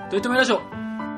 といってもラジオ。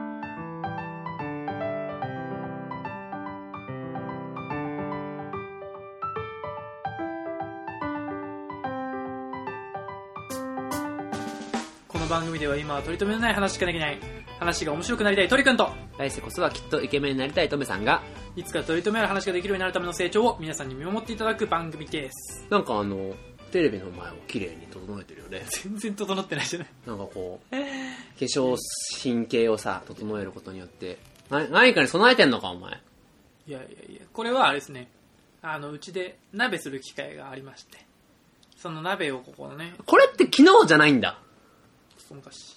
この番組では今は取り留めのない話しかできない、話が面白くなりたい鳥くんと、 来世こそはきっとイケメンになりたいトメさんが、 いつか取り留めある話ができるようになるための成長を皆さんに見守っていただく番組です。 なんかテレビの前を綺麗に整えてるよね。 全然整ってないじゃない。 なんかこう化粧品系をさ整えることによって何かに備えてんのかお前。 いやこれはあれですね、うちで鍋する機会がありまして、その鍋をここのね、 これって昨日じゃないんだ。 昔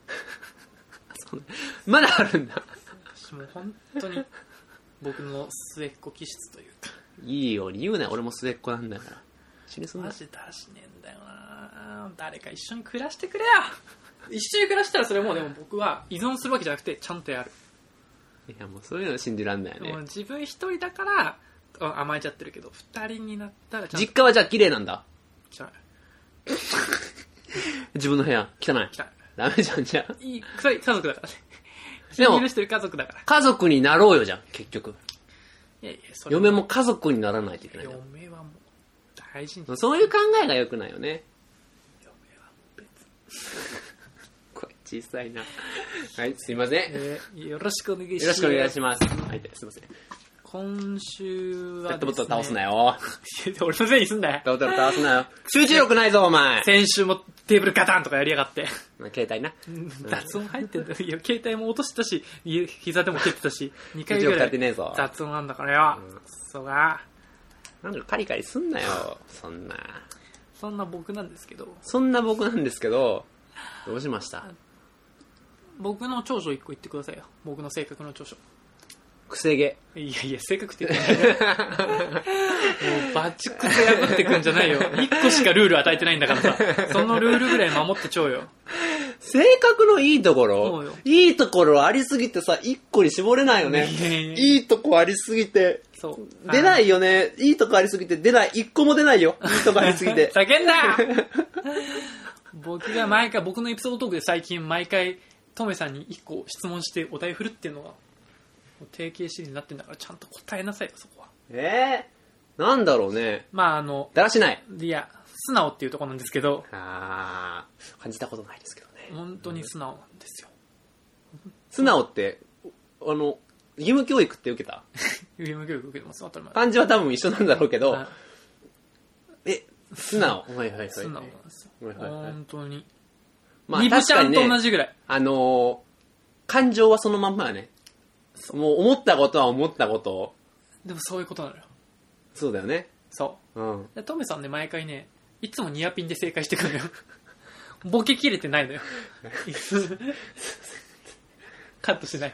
まだあるんだ。 もう本当に僕の末っ子気質というか、 いいように言うなよ、俺も末っ子なんだから。死にそうだ。 マジだしねえんだよな。誰か一緒に暮らしてくれよ。一緒に暮らしたらそれもでも僕は依存するわけじゃなくてちゃんとやる。 いやもうそういうの信じらんないよね。 もう自分一人だから甘えちゃってるけど、二人になったらちゃんと。 実家はじゃあ綺麗なんだ。 汚い。 自分の部屋汚い。 汚い。 ダメじゃん。じゃあいい臭い家族だからね。 でも許してる家族だから。 家族になろうよじゃん結局。 いやそれ嫁も家族にならないといけない。 嫁はもう大事に。 そういう考えが良くないよね。 嫁は別これ小さいな。はいすいません、 よろしくお願いします。 よろしくお願いします。はいすいません。 今週はですね、 ペットボトル倒すなよ。 俺のせいにすんなよ。 ペットボトル倒すなよ。集中力ないぞお前。 先週もテーブルガタンとかやりやがって。 携帯な。 雑音入ってんだよ。いや携帯も落としたし、膝でも蹴ってたし、2回ぐらい雑音なんだからよ。そうが。 なんかカリカリすんなよ。そんな僕なんですけど。 そんな僕なんですけど、どうしました？ 僕の長所1個言ってくださいよ。僕の性格の長所。 くせ毛。 いや性格って言ってない。もうバチクソ破ってくんじゃないよ。1個しかルール与えてないんだからさ。そのルールぐらい守ってちょうよ。 性格のいいところ、いいところありすぎてさ、1個に絞れないよね。いいとこありすぎて出ないよね。いいとこありすぎて出ない。1個も出ないよ。いいとこありすぎて。 叫んだ僕が毎回、僕のエピソードトークで最近毎回トメさんに1個質問してお題振るっていうのが定型シリーズになってんだから、ちゃんと答えなさいよそこは。 なんだろうね。 まあだらしない。 いや素直っていうところなんですけど。 感じたことないですけどね。 本当に素直なんですよ。 素直って義務教育って受けた？ 義務教育受けてます。当たり前。 漢字は多分一緒なんだろうけど、素直。はい。 素直なんですよ。本当に。 まあリブちゃんと同じぐらい。 感情はそのまんまやね。もう思ったことは思ったことを。 でもそういうことなのよ。 そうだよね。 そう。トメさんね、毎回ね、いつもニアピンで正解してくるのよ。ボケ切れてないのよ。カットしない。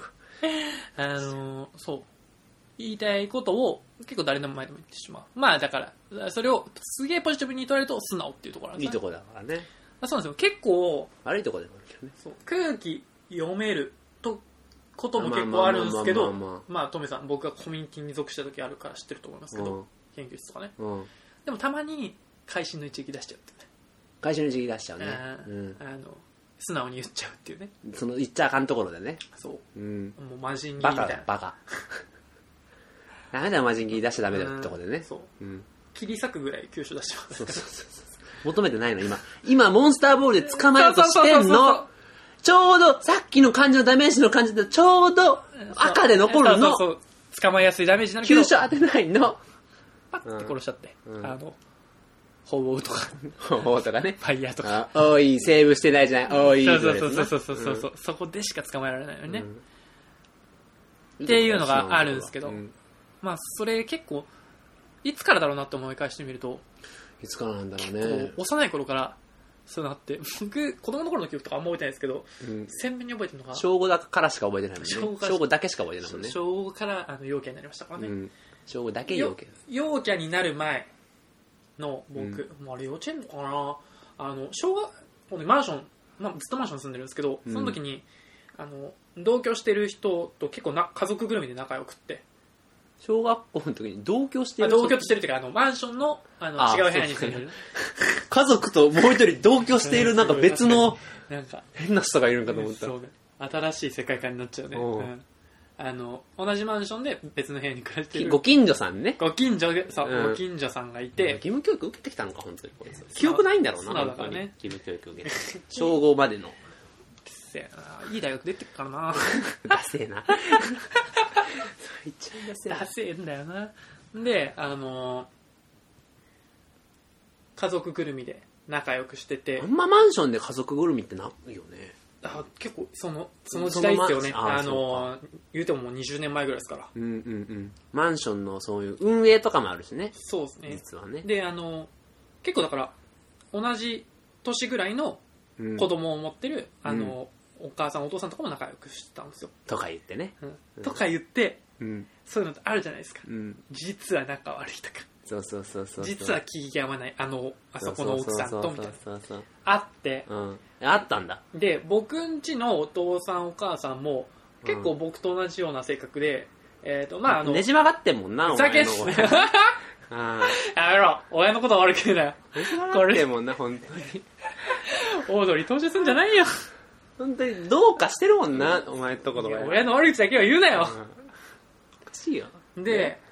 そう。言いたいことを結構誰の前でも言ってしまう。まあだから、それをすげえポジティブに捉えると素直っていうところなんですね。 いいとこだからね。 そうなんですよ。結構、 悪いとこでもあるけどね。 そう空気読めることも結構あるんですけど、まあトメさん、僕がコミュニティに属した時あるから知ってると思いますけど、研究室とかね。でもたまに会心の一撃出しちゃうってね。 会心の一撃出しちゃうね。 素直に言っちゃうっていうね。 その言っちゃあかんところでね。 そう。もうマジンギみたいな。バカ。ダメだよ、マジンギ出しちゃダメだよってとこでね。 そう。切り裂くぐらい急所出してます。 そう。求めてないの、今、モンスターボールで捕まえようとしてんの。ちょうど、さっきの感じのダメージの感じで、ちょうど赤で残るの。 そう。捕まえやすいダメージなんだけど。 急所当てないの。 パッて殺しちゃって。ホウオウとか。 ホウオウとかね。 ファイヤーとか。 おい、セーブしてないじゃない。おい。 そう。そこでしか捕まえられないよね。っていうのがあるんですけど。まあ、それ結構、いつからだろうなって思い返してみると。 いつからなんだろうね。 幼い頃から、そうなって、僕、子供の頃の記憶とかあんま覚えてないですけど、鮮明に覚えてるのが。 小5だからしか覚えてないもんね。小5だけしか覚えてないもんね。 小5から陽キャになりましたからね。 小5だけ陽キャ。 陽キャになる前の僕、あれ幼稚園のかな、小学校でマンション、ずっとマンションに住んでるんですけど、その時に、同居してる人と結構家族ぐるみで仲良くって。 小学校の時に同居してる同居してるっていうか、マンションの、違う部屋に住んでる。 家族ともう一人同居しているなんか別のなんか変な人がいるんかと思った。 そうね。新しい世界観になっちゃうね。同じマンションで別の部屋に暮らしてる。 ご近所さんね。 ご近所さんがいて。 義務教育受けてきたのか、本当にこいつ。記憶ないんだろうな、 そうだからね。 義務教育受けて。小5までの。 いい大学出てるからな。 ダセえな。 ダセえんだよな。で、家族ぐるみで仲良くしてて。 あんまマンションで家族ぐるみってないよね。 結構その時代ですよね。言うてももう20年前ぐらいですから。 マンションのそういう運営とかもあるしね。 そうですね。 実はね。 で、結構だから同じ年ぐらいの子供を持ってる、お母さんお父さんとかも仲良くしてたんですよ。 とか言ってね。 とか言って、そういうのってあるじゃないですか。実は仲悪いとか。 そう実は気が合わないあそこの奥さんとみたいなあって、 あったんだ。 で僕ん家のお父さんお母さんも結構僕と同じような性格で、 ねじ曲がってんもんな。 ふざけんすね。やめろ、親のことは悪く言うなよ。 ねじ曲がってんもんな、本当に。 オードリー投資すんじゃないよ。 本当にどうかしてるもんな、お前とこの親の悪口だけは言うなよ。 おかしいよ。 で、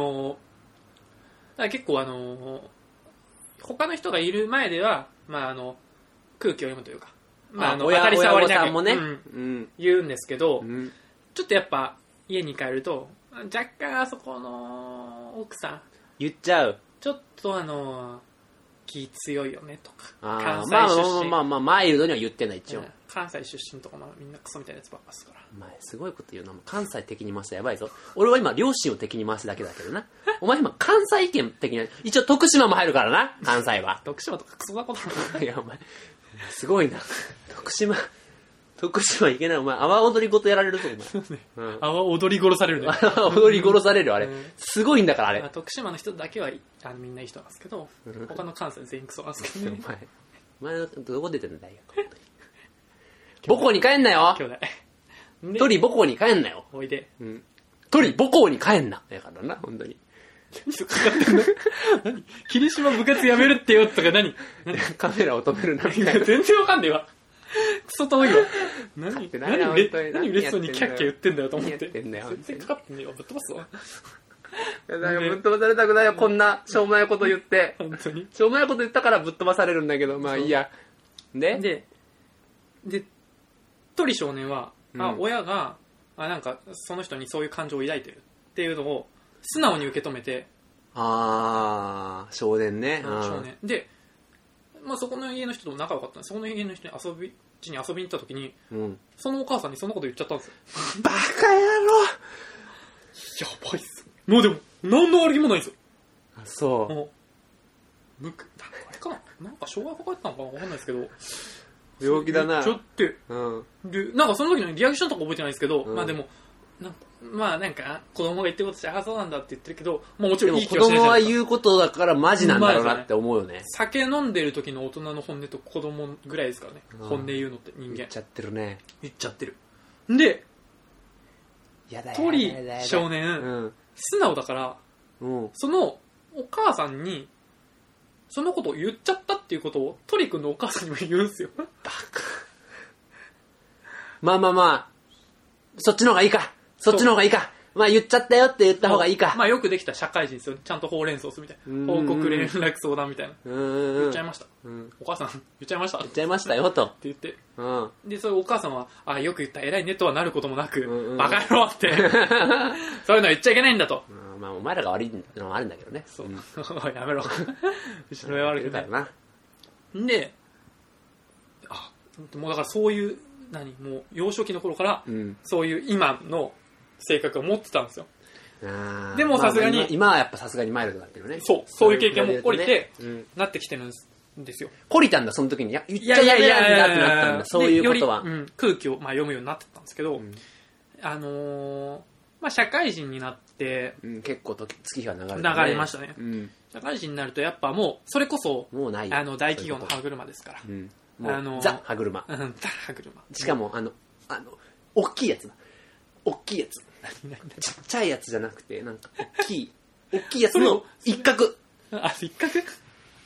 結構他の人がいる前では、空気を読むというか、当たり障りなく、言うんですけど、ちょっとやっぱ家に帰ると若干あそこの奥さん言っちゃう。 ちょっと気強いよねとか、 関西出身、マイルドには言ってない一応。 関西出身とかみんなクソみたいなやつばっかですから。 お前すごいこと言うな。関西敵に回したらやばいぞ。俺は今両親を敵に回すだけだけどな。お前今関西圏的な、一応徳島も入るからな、関西は。 徳島とかクソなことない。いやお前すごいな。徳島いけない。お前阿波踊りごとやられるぞお前。 阿波踊り殺されるね。 阿波踊り殺されるあれ。すごいんだからあれ。 徳島の人だけはみんないい人なんですけど、他の関西全員クソなんですけどね。 お前どこ出てんだよ。母校に帰んなよ。 兄弟。 鳥母校に帰んなよ。 おいで。 鳥母校に帰んな。だからな、本当に。 何かかってんの？何？霧島部活やめるってよとか何？ カメラを止めるな。 全然わかんねえわ。クソ遠いわ。何嬉しそうにキャッキャ言ってんだよと思って。全然かかってんねえわ。ぶっ飛ばすわ。 ぶっ飛ばされたくないよ、こんなしょうもないこと言って。 本当に。 しょうもないこと言ったからぶっ飛ばされるんだけど、まあいいや。で、 鳥少年は、親が、なんかその人にそういう感情を抱いてるっていうのを素直に受け止めて。 少年ね。 少年。で、そこの家の人と仲良かったんです。そこの家の人に遊びに行った時に、そのお母さんにそんなこと言っちゃったんですよ。 バカ野郎。 やばいっす。もうでも、何の悪気もないんですよ。 そう。 あれかな、なんか小学校帰ったのかなわかんないですけど。 病気だな。 ちょって。で、なんかその時のリアクションとか覚えてないですけど、でも、なんか子供が言ってることして、そうなんだって言ってるけど、もちろんいい気はしないじゃないですか。 子供は言うことだからマジなんだろうなって思うよね。 酒飲んでる時の大人の本音と子供ぐらいですからね。本音言うのって人間。 言っちゃってるね。 言っちゃってる。で、鳥少年、素直だから、そのお母さんにそのことを言っちゃったっていうことを鳥くんのお母さんにも言うんですよ。バカ。 そっちの方がいいか。言っちゃったよって言った方がいいか。 よくできた社会人ですよ。ちゃんとほうれん草すみたいな。報告連絡相談みたいな。言っちゃいました。お母さん、言っちゃいました。 言っちゃいましたよと。 って言って。で、そういうお母さんは、よく言った偉いねとはなることもなく、バカ野郎って、そういうのは言っちゃいけないんだと。 お前らが悪いのもあるんだけどね。 そう。やめろ。後ろへ悪くない。で、もうだからそういう、もう幼少期の頃から、そういう今の性格を持ってたんですよ。でもさすがに、 今はやっぱさすがにマイルドだってるね。 そういう経験も降りて、なってきてるんですよ。 降りたんだ、その時に。言っちゃいけないんだってなったんだ、そういうことは。 空気を読むようになってたんですけど、社会人になって、 結構月が流れましたね。社会人になるとやっぱもう、それこそ、大企業の歯車ですから。 ザ・歯車。 ザ・歯車。 しかも、大きいやつだ。大きいやつ。ちっちゃいやつじゃなくて、なんか、大きいやつの一角。 一角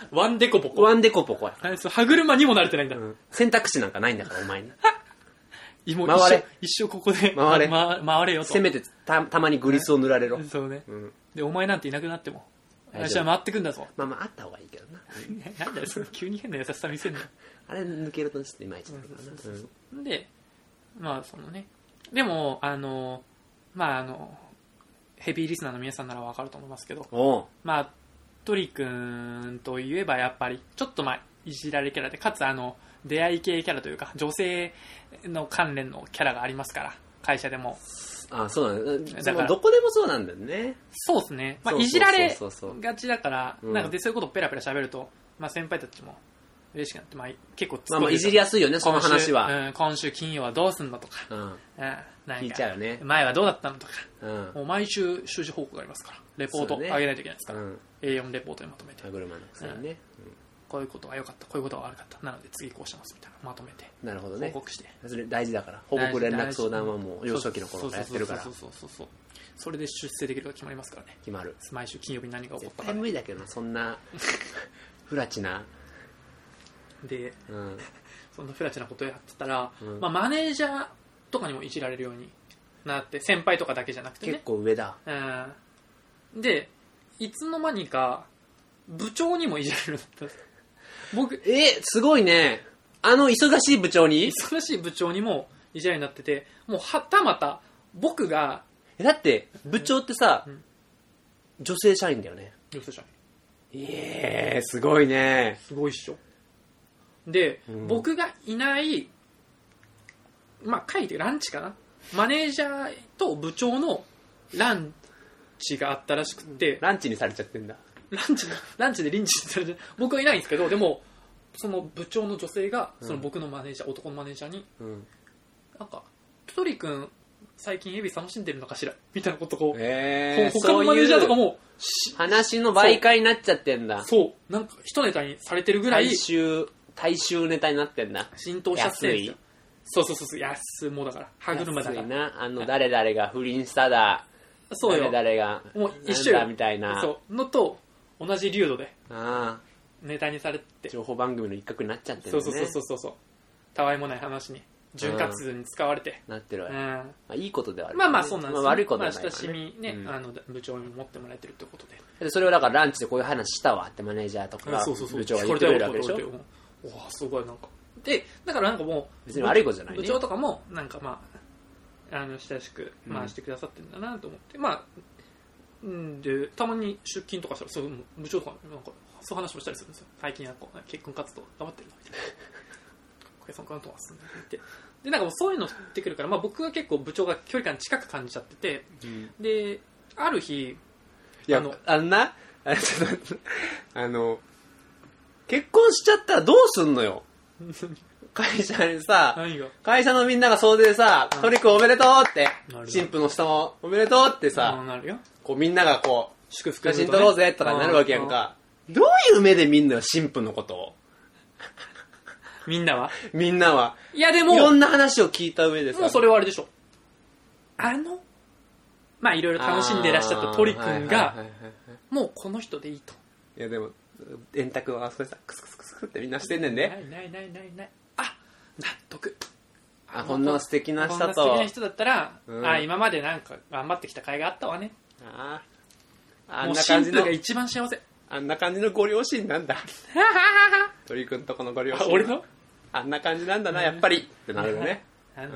ワンデコポコ。 ワンデコポコや。 歯車にも慣れてないんだ。 選択肢なんかないんだから、お前に。 回れ。一生ここで回れ。 回れよと。 せめてたまにグリスを塗られろ。 そうね。で、お前なんていなくなっても、私は回ってくんだぞ。 まああった方がいいけどな。 なんだよ、それ急に変な優しさ見せんの。 あれ抜けるとちょっといまいちだな。で、まあそのね。でも、まあヘビーリスナーの皆さんならわかると思いますけど、まあ、トリ君といえばやっぱり、ちょっとまあ、いじられキャラで、かつ出会い系キャラというか、女性の関連のキャラがありますから、会社でも。 あ、そうなんだ。だからどこでもそうなんだよね。 そうですね。まあ、いじられがちだから、なんかでそういうことをペラペラ喋ると、まあ先輩たちも嬉しくなって、まあ結構まあいじりやすいよね、その話は。 今週金曜はどうすんのとか。 聞いちゃうよね。 前はどうだったのとか。もう毎週習字報告がありますから、レポート上げないといけないですから、A4 レポートにまとめて。 歯車のくせにね。 こういうことが良かった、こういうことが悪かった。なので次こうしますみたいなまとめて。 なるほどね。 報告して。 それ大事だから。報告連絡相談はもう幼少期の頃からやってるから。 そう。それで出世できるか決まりますからね。 決まる。 毎週金曜日に何が起こったか。 絶対無理だけどな、そんなフラチな。 で、そんなフラチなことやってたら、まあマネージャーとかにもいじられるようになって、先輩とかだけじゃなくてね。 結構上だ。 で、いつの間にか部長にもいじられるようになったんです。僕、 すごいね。忙しい部長に忙しい部長にもいじられるようになってて、もうはたまた僕がだって部長ってさ、女性社員だよね。 女性社員。すごいね。 すごいっしょ。で、僕がいないまあ会でランチかな、マネージャーと部長のランチがあったらしくて、 ランチにされちゃってんだ。 ランチでリンチされて、僕はいないんですけど、でもその部長の女性がその僕のマネージャー、男のマネージャーに、なんかトリ君最近エビ楽しんでるのかしらみたいなことを、他のマネージャーとかも話の媒介になっちゃってんだ。 そうなんか一ネタにされてるぐらい大衆ネタになってんだ。 浸透しちゃってるんですよ。そう安もうだから歯車だから安いな。誰々が不倫しただ、 そうよ、 誰々がもう一緒よみたいなそうのと同じ流度であネタにされて、 情報番組の一角になっちゃってるね。 そうたわいもない話に潤滑油に使われてなってるわよ、まあ、いいことではある、 まあそうなんです、 悪いことではない、 親しみね、部長に持ってもらえてるってことで、それをだからランチでこういう話したわってマネージャーとか部長が言ってくれるわけでしょ。 わすごいなんかで、だからなんかもう別に悪いことじゃないね。 部長とかもなんかまあ親しく回してくださってるんだなと思って、まあでたまに出勤とかしたらそう部長とかなんかそういう話もしたりするんですよ。最近はこう結婚活動頑張ってるなみたいな。小平さんかなとはすんででなんかもうそういうの振ってくるから、まあ僕は結構部長が距離感近く感じちゃってて、である日いや結婚しちゃったらどうすんのよ。会社にさ、会社のみんなが総出でさ、トリ君おめでとうって、新婦の人もおめでとうってさ、こうみんながこう、 祝福写真撮ろうぜとかになるわけやんか。どういう目で見んのよ、新婦のことを。 みんなは。 いやでも、いろんな話を聞いた上でさ。 もうそれはあれでしょ。まあいろいろ楽しんでらっしゃったトリ君が、もうこの人でいいと。 いやでも、円卓はあそこでさ、クスクスクスってみんなしてんねんで。 ない。あ、納得。 こんな素敵な人と。 こんな素敵な人だったら、今までなんか頑張ってきた甲斐があったわね。あんな感じの。もう新婦が一番幸せ。 あんな感じのご両親なんだ。鳥くんとこのご両親。 俺のあんな感じなんだな、やっぱり。ってなるよね。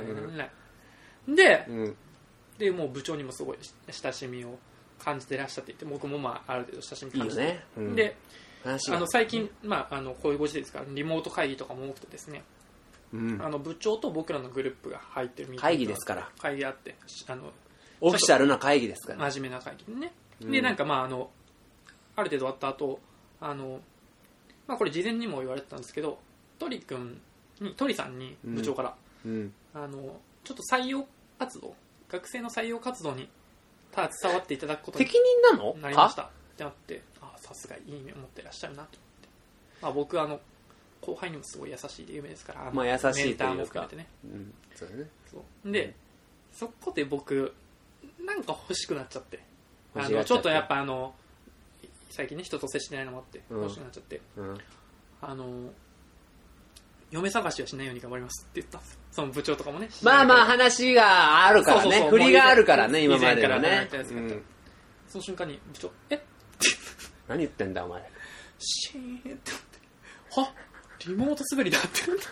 で、もう部長にもすごい親しみを感じてらっしゃっていて、僕もまあある程度親しみ感じて。いいよね。で、最近、まあ、こういうご時世ですからリモート会議とかも多くてですね、部長と僕らのグループが入ってるミーティング会議ですから会議あってオフィシャルな会議ですから真面目な会議でね、でなんかまあある程度終わった後まあこれ事前にも言われてたんですけど、トリさんに部長から、ちょっと採用活動、学生の採用活動に携わっていただくことに適任なのなりましたってなって、さすがいい目を持ってらっしゃるなと思って、まあ、僕後輩にもすごい優しいで有名ですから、 まあ、優しいというかメンターも含めてね、 そうだね。 そうで、そこで僕なんか欲しくなっちゃって、ちょっとやっぱ最近ね人と接してないのもあって欲しくなっちゃって、嫁探しはしないように頑張りますって言ったんですよ。その部長とかもね。 まあまあ話があるからね。振りがあるからね、今までのね。 その瞬間に部長、 何言ってんだお前。 シーンってなって、はリモート滑りだって部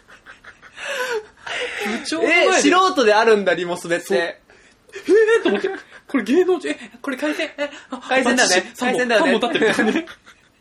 長の前で素人であるんだリモ滑って。 と思って、これ芸能人、これ回線、 回線だね。回線だよね。 3本立ってるね。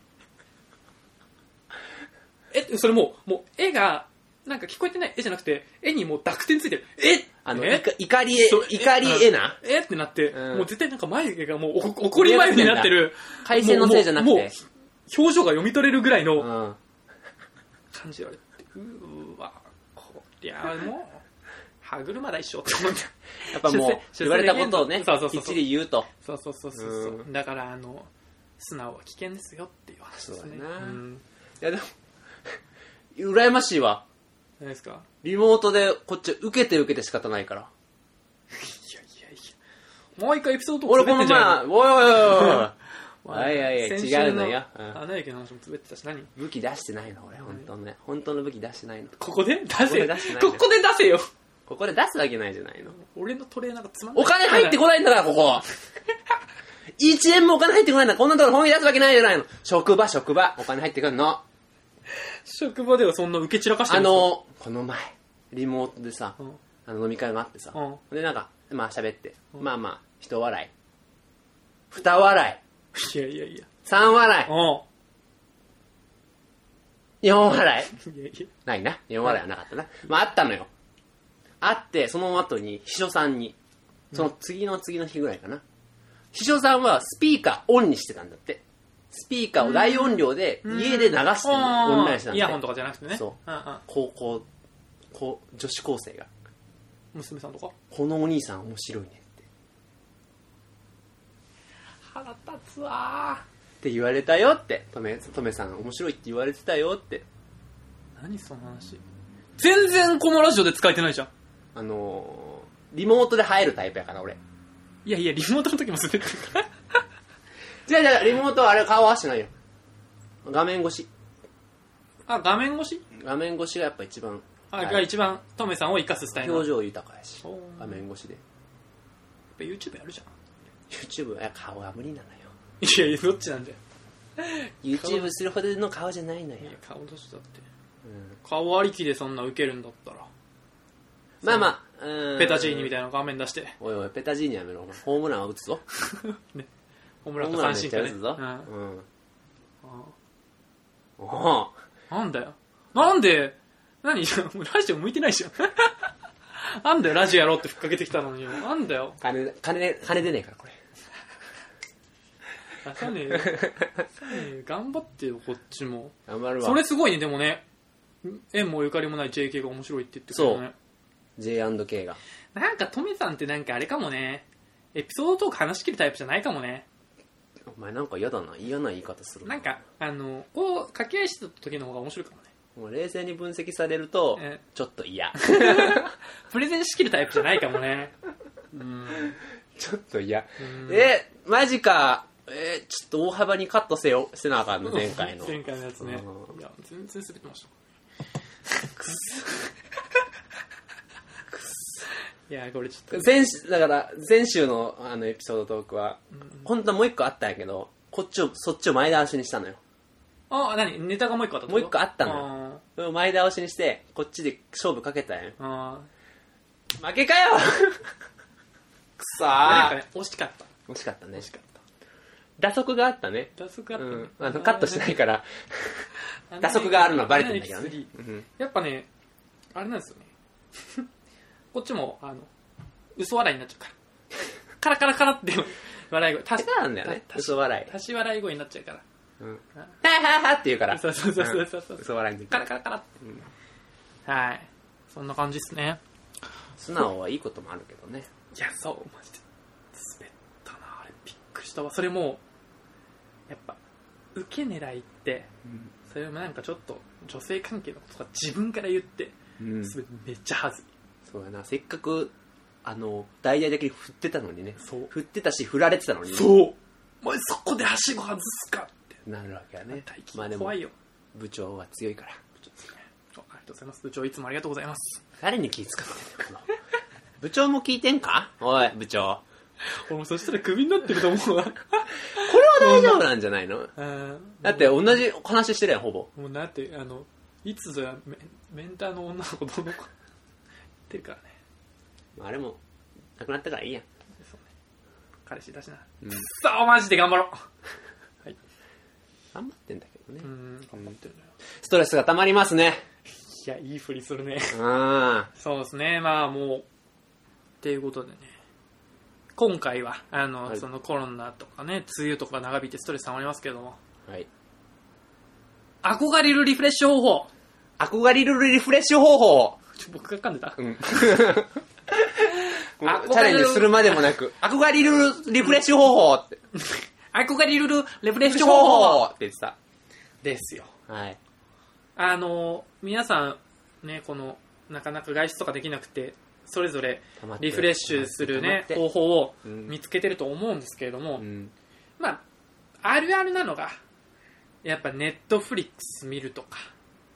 それもう絵が、なんか聞こえてない絵じゃなくて、絵にもう濁点ついてる。 怒り絵な。 ってなって、もう絶対なんか眉毛がもう怒り眉毛になってる。 回線のせいじゃなくて。もう表情が読み取れるぐらいの感じで言われて、うーわ、こりゃもう、歯車だ一緒って思って。 やっぱもう、言われたことをね、きっちり言うと。 そう。だから、素直は危険ですよっていう話ですね。 いやでも、羨ましいわ。 何ですか？ リモートでこっち受けて仕方ないから。いや。毎回エピソード俺この前、おい違うのよ。 花雪の話も滑ってたし、何？ 武器出してないの俺、本当の武器出してないの。 ここで出せよ。ここで出せよ。 ここで出すわけないじゃないの。 俺のトレーナーがつまんない。 お金入ってこないんだから、ここ。1円もお金入ってこないんだ。こんなところ本気出すわけないじゃないの。職場、お金入ってくんの。 職場ではそんな受け散らかしてるんですか？ この前、リモートでさ、飲み会があってさ、でなんか、まあ喋って、まあ、一笑い。二笑い。いや。 三笑い。四笑い。ないな。四笑いはなかったな。まああったのよ。あって、その後に秘書さんに、その次の日ぐらいかな。秘書さんはスピーカーオンにしてたんだって。スピーカーを大音量で家で流してるオンラインしてたんだって。 イヤホンとかじゃなくてね。 そう。女子高生が。 娘さんとか？ このお兄さん面白いねって。 腹立つわって言われたよって。とめさん面白いって言われてたよって。 何その話？全然このラジオで使えてないじゃん。 リモートで入るタイプやから俺。 いやリモートの時も滑ってるから違うリモートはあれ顔合わせてないよ。画面越し。 画面越し？ 画面越しがやっぱ一番。 が一番トメさんを生かすスタイル。 表情豊かやし。画面越しで。 やっぱ YouTube やるじゃん。 YouTube 顔は無理なのよ。 いやどっちなんだよ。 YouTube するほどの顔じゃないのよ。 いや顔どうしだって。顔ありきでそんな受けるんだったら。 まあペタジーニみたいな画面出して。 おいペタジーニやめろ。ホームランは打つぞ。 ね。ホームランか三振かね。 打つぞ。 なんだよ。なんで何ラジオ向いてないじゃん。なんだよラジオやろうってふっかけてきたのに。なんだよ。 金出ねえからこれ。 出さねえよ。頑張ってよこっちも。 頑張るわ。 それすごいねでもね。縁もゆかりもない JK が面白いって言ってくれるね。 J&K がなんかトメさんってなんかあれかもね。エピソードトーク話し切るタイプじゃないかもね。 お前なんか嫌だな。嫌な言い方する。 なんかこう掛け合いしてた時の方が面白いかもね。 もう冷静に分析されるとちょっと嫌。 プレゼンしきるタイプじゃないかもね。 ちょっと嫌。マジか。ちょっと大幅にカットしてなあかんの前回の。 前回のやつね。いや全然滑ってました。いやこれちょっとだから前週のエピソードトークは、本当はもう一個あったんやけどそっちを前倒しにしたのよ。 何ネタがもう一個あったってこと？もう一個あったのよ。前倒しにしてこっちで勝負かけたんよ。負けかよくそー。 なんかね惜しかった。 惜しかったね。打足があったね。 打足があったね。 カットしないから打足があるのはバレてるんだけどね。 やっぱねあれなんですよね。こっちも嘘笑いになっちゃうからカラカラって笑い声足しなんだよね。嘘笑い足し笑い声になっちゃうから、 はって言うから。 そう嘘笑いにカラカラって、はいそんな感じですね。 素直はいいこともあるけどね。 いやそうマジで滑ったなあれびっくりしたわ。それもやっぱ受け狙いって、それもなんかちょっと女性関係のこととか自分から言って、めっちゃ恥ずい。 そうやな。せっかく大々的に振ってたのにね。振ってたし振られてたのにね。 そうお前そこではしご外すかってなるわけやね。 大気怖いよ。 部長は強いから。 ありがとうございます。部長いつもありがとうございます。 誰に気使ってんの部長も聞いてんかおい、部長。 俺もそしたらクビになってると思うわ。これは大丈夫なんじゃないのだって同じ話してるやん、ほぼ。 もうだって、いつぞやメンターの女の子どの子言ってるからね。 あれも、亡くなったからいいやん。 そうね。彼氏だしな。さあ、マジで頑張ろう。はい。 頑張ってんだけどね。 頑張ってるのよ。 ストレスが溜まりますね。 いや、いいふりするね。 そうですね。まあもう、っていうことでね。今回は、はい、そのコロナとかね、梅雨とか長引いてストレス溜まりますけども。 はい。 憧れるリフレッシュ方法。 憧れるリフレッシュ方法。 僕が噛んでた？ チャレンジするまでもなく、憧れるリフレッシュ方法って。 憧れるリフレッシュ方法って言ってた。 ですよ。 はい。 皆さん、ね、なかなか外出とかできなくて、それぞれリフレッシュするね、方法を見つけてると思うんですけれども、まあ、あるあるなのが、やっぱネットフリックス見るとか、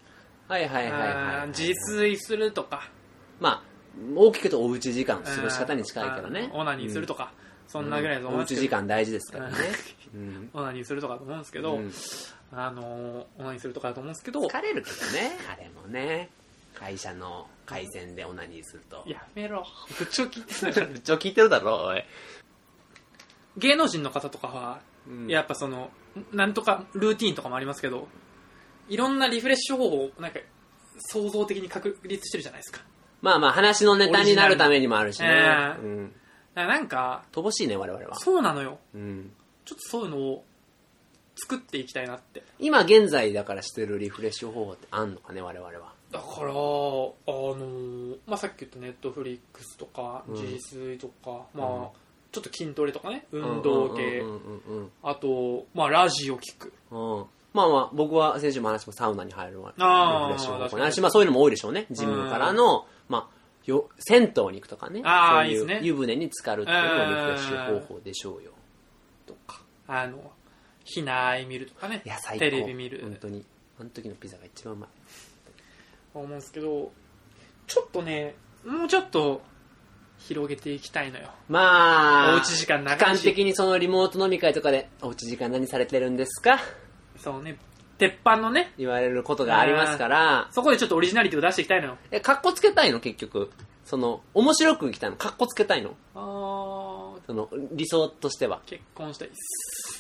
自炊するとか、 まあ、大きく言うとおうち時間、過ごし方に近いからね。 オナニーするとか、そんなぐらいだと思うんですけど。 おうち時間大事ですからね。 オナニーするとかだと思うんですけど、オナニーするとかだと思うんですけど。 疲れるけどね、あれもね。会社の回線でオナニーすると。 やめろ。部長聞いてないから。 部長聞いてるだろ、おい。 芸能人の方とかは、やっぱなんとかルーティーンとかもありますけど、いろんなリフレッシュ方法をなんか創造的に確立してるじゃないですか。 まあまあ話のネタになるためにもあるしね。 なんか乏しいね我々は。 そうなのよ。ちょっとそういうのを作っていきたいなって。 今現在だからしてるリフレッシュ方法ってあんのかね我々は。 だからまあさっき言ったネットフリックスとか自炊とか、まあちょっと筋トレとかね、運動系、あとまあラジオ聞く。 まあまあ僕は先週も話したサウナに入るリフレッシュ方法ね。まあそういうのも多いでしょうね。ジムからのまあ銭湯に行くとかね。そういう湯船に浸かるっていうのがリフレッシュ方法でしょうよ。 とかひなあい見るとかね。テレビ見る。 本当にあの時のピザが一番うまい。 思うんですけど、ちょっとね、もうちょっと広げていきたいのよ。 まあ、 おうち時間長いし。 期間的にそのリモート飲み会とかで、おうち時間何されてるんですか？ そうね、鉄板のね。 言われることがありますから。 そこでちょっとオリジナリティを出していきたいのよ。 カッコつけたいの結局。面白くいきたいのカッコつけたいの理想としては。 結婚したいです。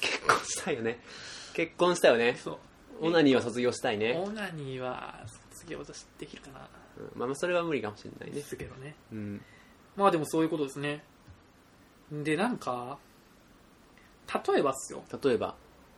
結婚したいよね。結婚したよね。そう。オナニーは卒業したいね。 オナニーは卒業できるかな。 まあそれは無理かもしれないね。 ですけどね。まあでもそういうことですね。でなんか例えばっすよ。 例えば、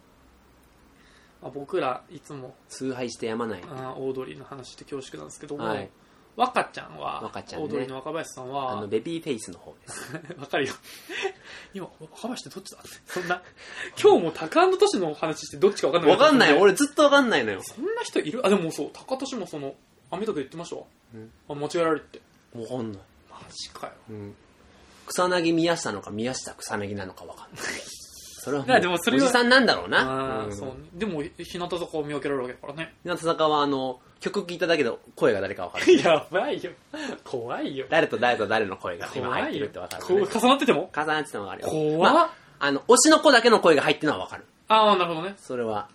僕らいつも崇拝してやまないオードリーの話って恐縮なんですけども、若ちゃんは、 若ちゃんね、 オードリーの若林さんはベビーフェイスの方ですわかるよ。今若林ってどっちだってそんな今日もタカアンドトシの話してどっちか分かんない。 分かんない。俺ずっと分かんないのよ。 そんな人いる？でもそうタカトシもアメトク言ってましたわ。間違えられるって。 分かんない。 マジかよ。 草薙宮下なのか宮下草薙なのか分かんない。それはもうおじさんなんだろうな。 そうね。でも日向坂を見分けられるわけだからね。 日向坂は曲聞いただけで声が誰か分かる。 やばいよ。怖いよ。 誰と誰と誰の声が今入ってるって分かる、ね。 重なってても重なってても分かるよ。 怖っ。 まあ、推しの子だけの声が入ってるのは分かる。 なるほどね。 それは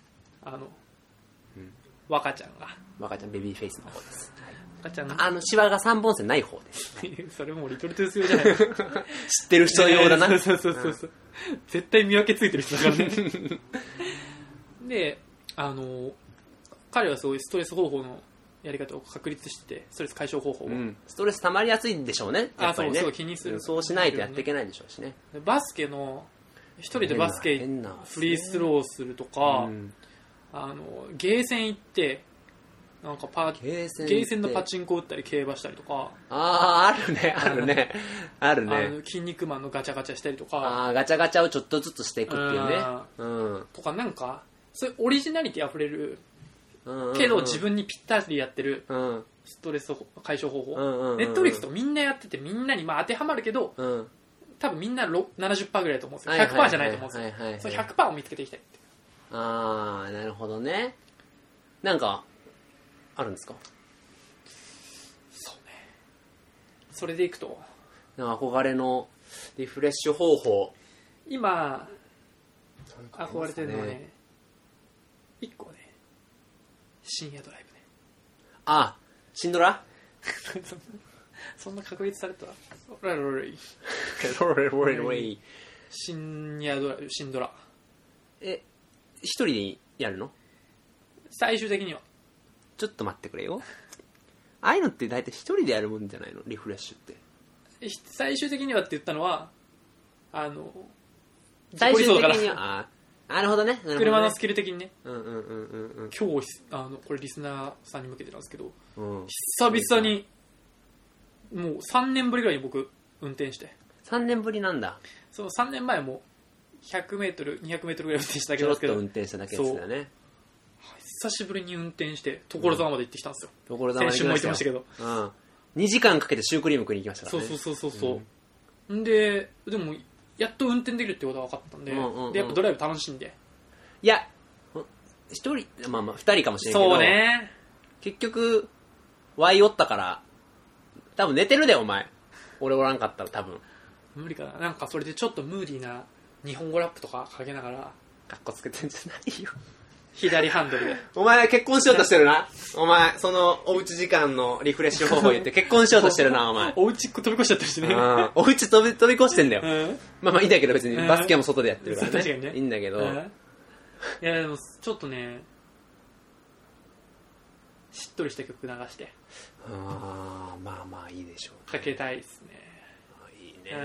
若ちゃんが。 若ちゃんベビーフェイスの方です。 若ちゃんシワが3本線ない方です。 それもリトルトゥース用じゃない。知ってる人用だな。 そう。絶対見分けついてる人だからね。で、彼はそういうストレス方法のやり方を確立してて、ストレス解消方法を。 ストレス溜まりやすいんでしょうね。やっぱりね。 そう気にする。 そうしないとやっていけないでしょうしね。 バスケの一人でバスケフリースローするとか、ゲーセン行ってなんかゲーセンのパチンコ打ったり競馬したりとか。 あるね。 筋肉マンのガチャガチャしたりとか。 ガチャガチャをちょっとずつしていくっていうね。とかなんかそういうオリジナリティあふれるけど自分にぴったりやってるストレス解消方法。ネットフリックスとみんなやっててみんなに当てはまるけど、多分みんな 70% ぐらいだと思うんですよ。100% じゃないと思うんですよ。その 100% を見つけていきたいって。 あー、なるほどね。なんかあるんですか？ そうね。それでいくとなんか憧れのリフレッシュ方法。 今憧れてるのはね、1個ね、深夜ドライブね。 あ、シンドラそんな確立されたらロレロレイ深夜ドライブ、シンドラ。 一人でやるの？ 最終的にはちょっと待ってくれよ。ああいうのって大体一人でやるもんじゃないの？リフレッシュって最終的にはって言ったのは最終的にはなるほどね。 車のスキル的にね。 今日これリスナーさんに向けてなんですけど、 うん、 久々にもう3年ぶりぐらいに僕運転して。 3年ぶりなんだ。 その3年前も 100m、200m ぐらい運転しただけちょですけど、 ろっと運転しただけですよね。 久しぶりに運転して所沢まで行ってきたんですよ。 所沢まで行きましたよ。 先週も言ってましたけど、 2時間かけてシュークリーム食いに行きましたからね。 そう、んでもやっと運転できるってことが分かったんで、でやっぱドライブ楽しんで。 いや一人まあ2人かもしれんけど、 そうね、 結局ワイおったから多分寝てるでお前。俺おらんかったら多分無理かな。なんかそれでちょっとムーディーな日本語ラップとかかけながらカッコつけてんじゃないよ。 左ハンドルでお前結婚しようとしてるな。お前そのおうち時間のリフレッシュ方法言って結婚しようとしてるなお前。 おうち飛び越しちゃってるしね。 おうち飛び越してんだよ、まあいいんだけど別にバスケも外でやってるからね、 確かにね、 いいんだけど、 いやでもちょっとねしっとりした曲流してまあいいでしょう、 かけたいですね。 いいね。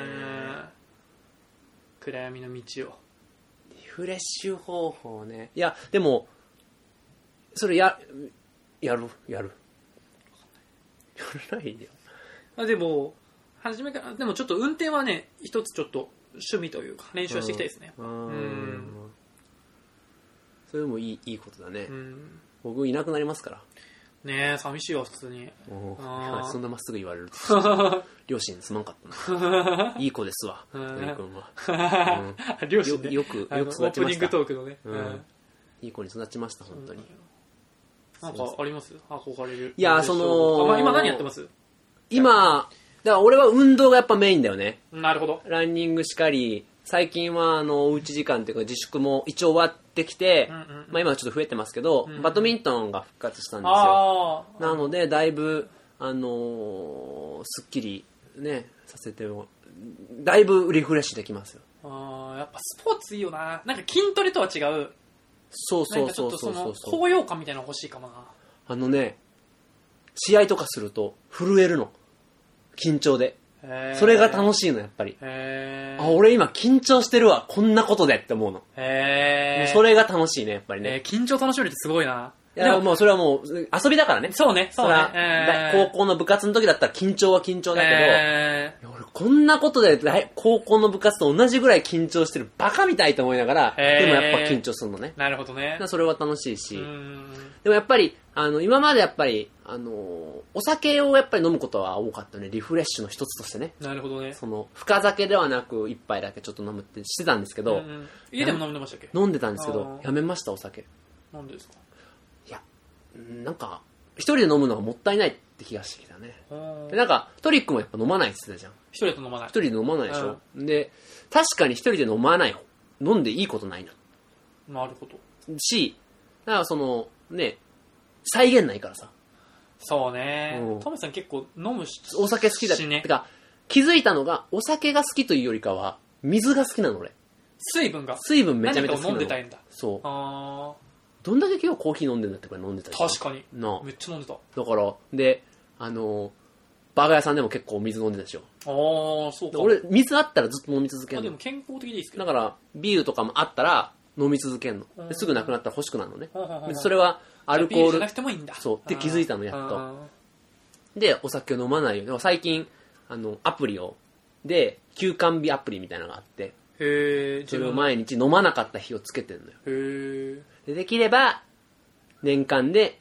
暗闇の道をリフレッシュ方法ね。いやでもそれやるないよ。 でも初めからでもちょっと運転はね一つちょっと趣味というか練習はしていきたいですね。 それもいいことだね。僕いなくなりますからね。寂しいわ普通に。 そんなまっすぐ言われると両親すまんかったないい子ですわ君は。 両親ね、 よく育ちました。 オープニングトークのね、 いい子に育ちました本当に。 なんかあります憧れる？ いや今何やってます？ 今だから俺は運動がやっぱメインだよね。 なるほど。 ランニングしかり、最近はおうち時間っていうか自粛も一応終わってきて、今はちょっと増えてますけど、バドミントンが復活したんですよ。なのでだいぶすっきりねさせて、だいぶリフレッシュできますよ。 やっぱスポーツいいよな。なんか筋トレとは違う。 そう高揚感みたいなの欲しいかもな。 試合とかすると震えるの、緊張で。それが楽しいのやっぱり。俺今緊張してるわこんなことでって思うの。もうそれが楽しいねやっぱりね。 緊張楽しめるってすごいな。 いやもうそれはもう遊びだからね。 そうね。 高校の部活の時だったら緊張は緊張だけど、俺こんなことで高校の部活と同じぐらい緊張してるバカみたいと思いながら、でもやっぱ緊張するのね。 なるほどね。 それは楽しいし、でもやっぱり今までやっぱりお酒をやっぱり飲むことは多かったね。リフレッシュの一つとしてね。 なるほどね。 深酒ではなく一杯だけちょっと飲むってしてたんですけど、 家でも飲んでましたっけ？ 飲んでたんですけどやめましたお酒。 なんでですか？ いやなんか一人で飲むのがもったいないって気がしてきたね。でなんかトリックもやっぱ飲まないって言ってたじゃん。 一人で飲まない。 一人で飲まないでしょ。で確かに一人で飲まない飲んでいいことないな。 なるほど。 しだからね再現ないからさ。 そうね。トメさん結構飲むしお酒好きだしね。てか気づいたのがお酒が好きというよりかは水が好きなの俺。 水分めちゃめちゃ好きなの。 飲んでたいんだ。 そう。どんだけ今日コーヒー飲んでんだってくらい飲んでたり。 確かにめっちゃ飲んでた。 だからでバーガー屋さんでも結構水飲んでたでしょ。 そうか。 俺水あったらずっと飲み続けるの。 でも健康的でいいですけど。 だからビールとかもあったら飲み続けるの。ですぐなくなったら欲しくなるのね。それはアルコールビールじゃなくてもいいんだ。 そうって気づいたのやっと。でお酒を飲まないように最近アプリで休館日アプリみたいなのがあって、それを毎日飲まなかった日をつけてるのよ。できれば年間で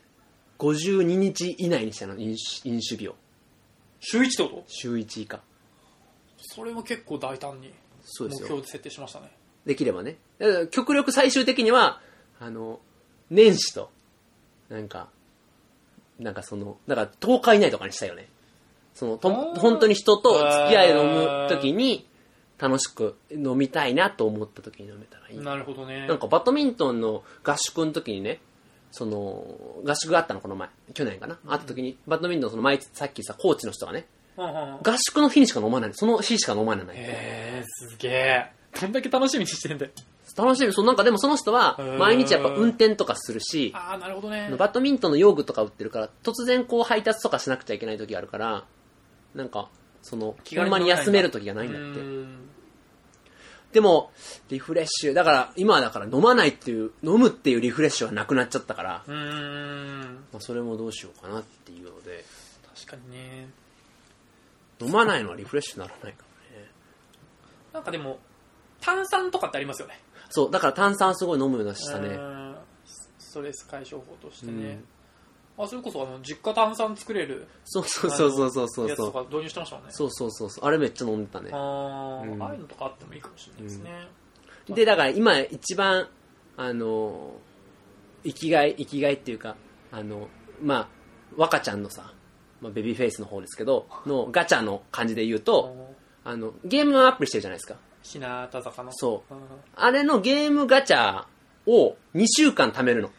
52日以内にしたの。飲酒日を週1ってこと？ 週1以下。それも結構大胆に目標で設定しましたね。 できればね。極力最終的には年始と、なんかその、だから10日以内とかにしたよね。本当に人と付き合いを飲む時に、楽しく飲みたいなと思った時に飲めたらいい。 なるほどね。 なんかバドミントンの合宿の時にね、合宿があったの、この前。去年かな、あった時に、バドミントンさっきさ、コーチの人がね、合宿の日にしか飲まない。その日しか飲まない。 すげえ。どんだけ楽しみにしてんだよ。 楽しみ。なんかでもその人は、毎日やっぱ運転とかするし、 なるほどね。 バドミントンの用具とか売ってるから、突然こう配達とかしなくちゃいけない時があるから、なんか、ほんまに休める時がないんだって。でも、リフレッシュ。だから、今はだから飲むっていうリフレッシュはなくなっちゃったから、それもどうしようかなっていうので。 確かにね。 飲まないのはリフレッシュにならないからね。 なんかでも、炭酸とかってありますよね。 そう、だから炭酸すごい飲むようにしたね。 ストレス解消法としてね。それこそ実家炭酸作れる。 そう。やつとか導入してましたもんね。 そう。あれめっちゃ飲んでたね。 ああいうのとかあってもいいかもしれないですね。 で、だから今一番、生きがいっていうか、若ちゃんのさ、ベビーフェイスの方ですけど、のガチャの感じで言うと、ゲームのアプリしてるじゃないですか。 日向坂の。 そう。あれのゲームガチャを2週間貯めるの。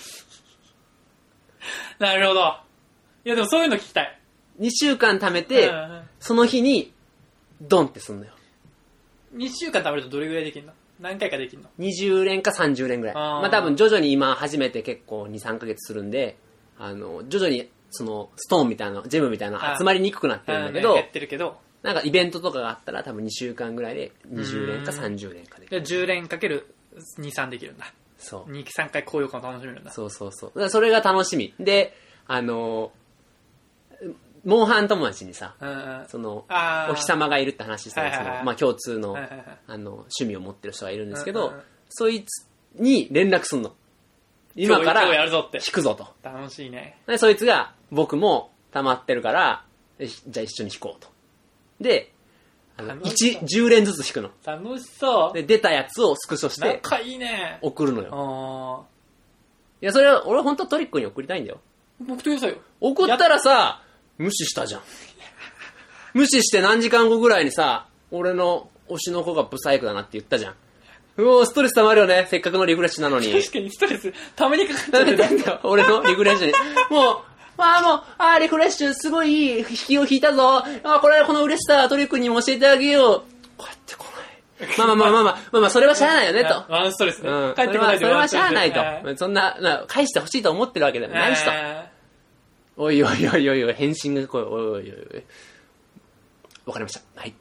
なるほど。いやでもそういうの聞きたい。 2週間貯めて、その日にドンってすんのよ。 2週間貯めるとどれぐらいできるの？何回かできるの ？20連か30連ぐらい。多分徐々に今始めて結構2、3ヶ月するんで、徐々にそのストーンみたいな、ジェムみたいな集まりにくくなってるんだけど、 やってるけど、 なんかイベントとかがあったら多分2週間ぐらいで20連か30連かできる。 10連かける2、3できるんだ。 そう。 2、3回高揚感を楽しめるんだ。 そう。だからそれが楽しみ。で、モンハン友達にさ、お日様がいるって話したら、共通の、趣味を持ってる人がいるんですけど、そいつに連絡すんの。今から引くぞと。 楽しいね。 で、そいつが僕も溜まってるから、じゃあ一緒に引こうと。で、10連ずつ引くの。 楽しそう。 で、出たやつをスクショして、 仲いいね。 送るのよ。いや、それは、俺本当はトリックに送りたいんだよ。 送ってくださいよ。 送ったらさ、無視したじゃん。無視して何時間後ぐらいにさ、俺の推しの子がブサイクだなって言ったじゃん。ストレス溜まるよね。せっかくのリフレッシュなのに。 確かにストレス溜めにかかっちゃってなんだよ、俺のリフレッシュに。リフレッシュすごいいい引きを引いたぞ。この嬉しさトリックにも教えてあげよう。帰ってこない。それはしゃあないよねと。 ワンストレスね。帰ってこないそれはしゃあないと。そんな、返してほしいと思ってるわけでもないしと。おい、返信が来い。おい。わかりました。はい。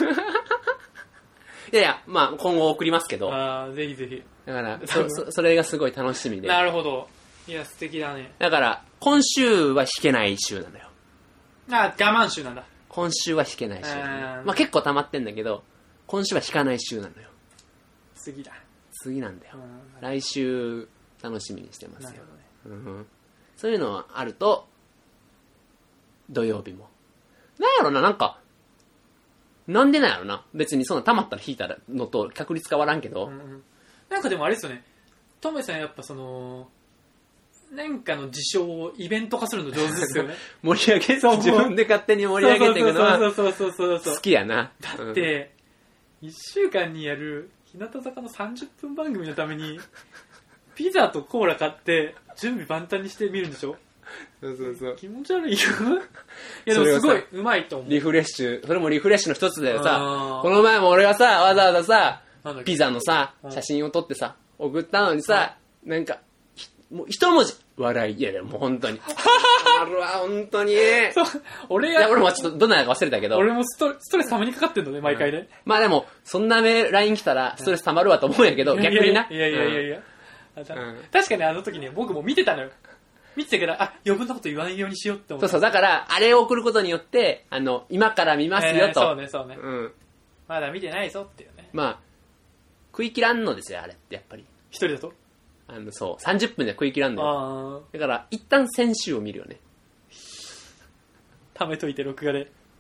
いや、今後送りますけど。 ぜひぜひ。 だから、それがすごい楽しみで。 なるほど。いや、素敵だね。 だから、今週は弾けない週なんだよ。 我慢週なんだ。 今週は弾けない週。結構溜まってんだけど、今週は弾かない週なのよ。 次なんだよ。来週、楽しみにしてますよ。なるほどね。そういうのはあると、土曜日も。なんやろな、なんでなんやろな。別にそんな溜まったら弾いたのと確率変わらんけど。 なんかでもあれですよね。トメさんやっぱなんかの事象をイベント化するの上手ですよね。 盛り上げ、自分で勝手に盛り上げていくのは好きやな。 だって、1週間にやる日向坂の30分番組のために、ピザとコーラ買って準備万端にしてみるんでしょ。 そう気持ち悪いよ。いやでもすごいうまいと思う。 リフレッシュ、それもリフレッシュの一つだよさ。この前も俺がさ、わざわざさ、ピザのさ、写真を撮ってさ、送ったのにさ、なんか、もう一文字笑い。いやでも本当にあるわ本当に。 俺もちょっとどんなのか忘れたけど、 俺もストレス溜まりかかってんのね毎回ね。 でもそんなLINE 来たらストレス溜まるわと思うんやけど、逆にな。 いや、確かにあの時ね僕も見てたのよ。見てたから余分なこと言わないようにしようって思って。 そうだからあれを送ることによって今から見ますよと。 そうね。まだ見てないぞっていうね。 食い切らんのですよあれってやっぱり。 一人だと。 30分で食い切らんのよ。だから、一旦先週を見るよね。 貯めといて、録画で。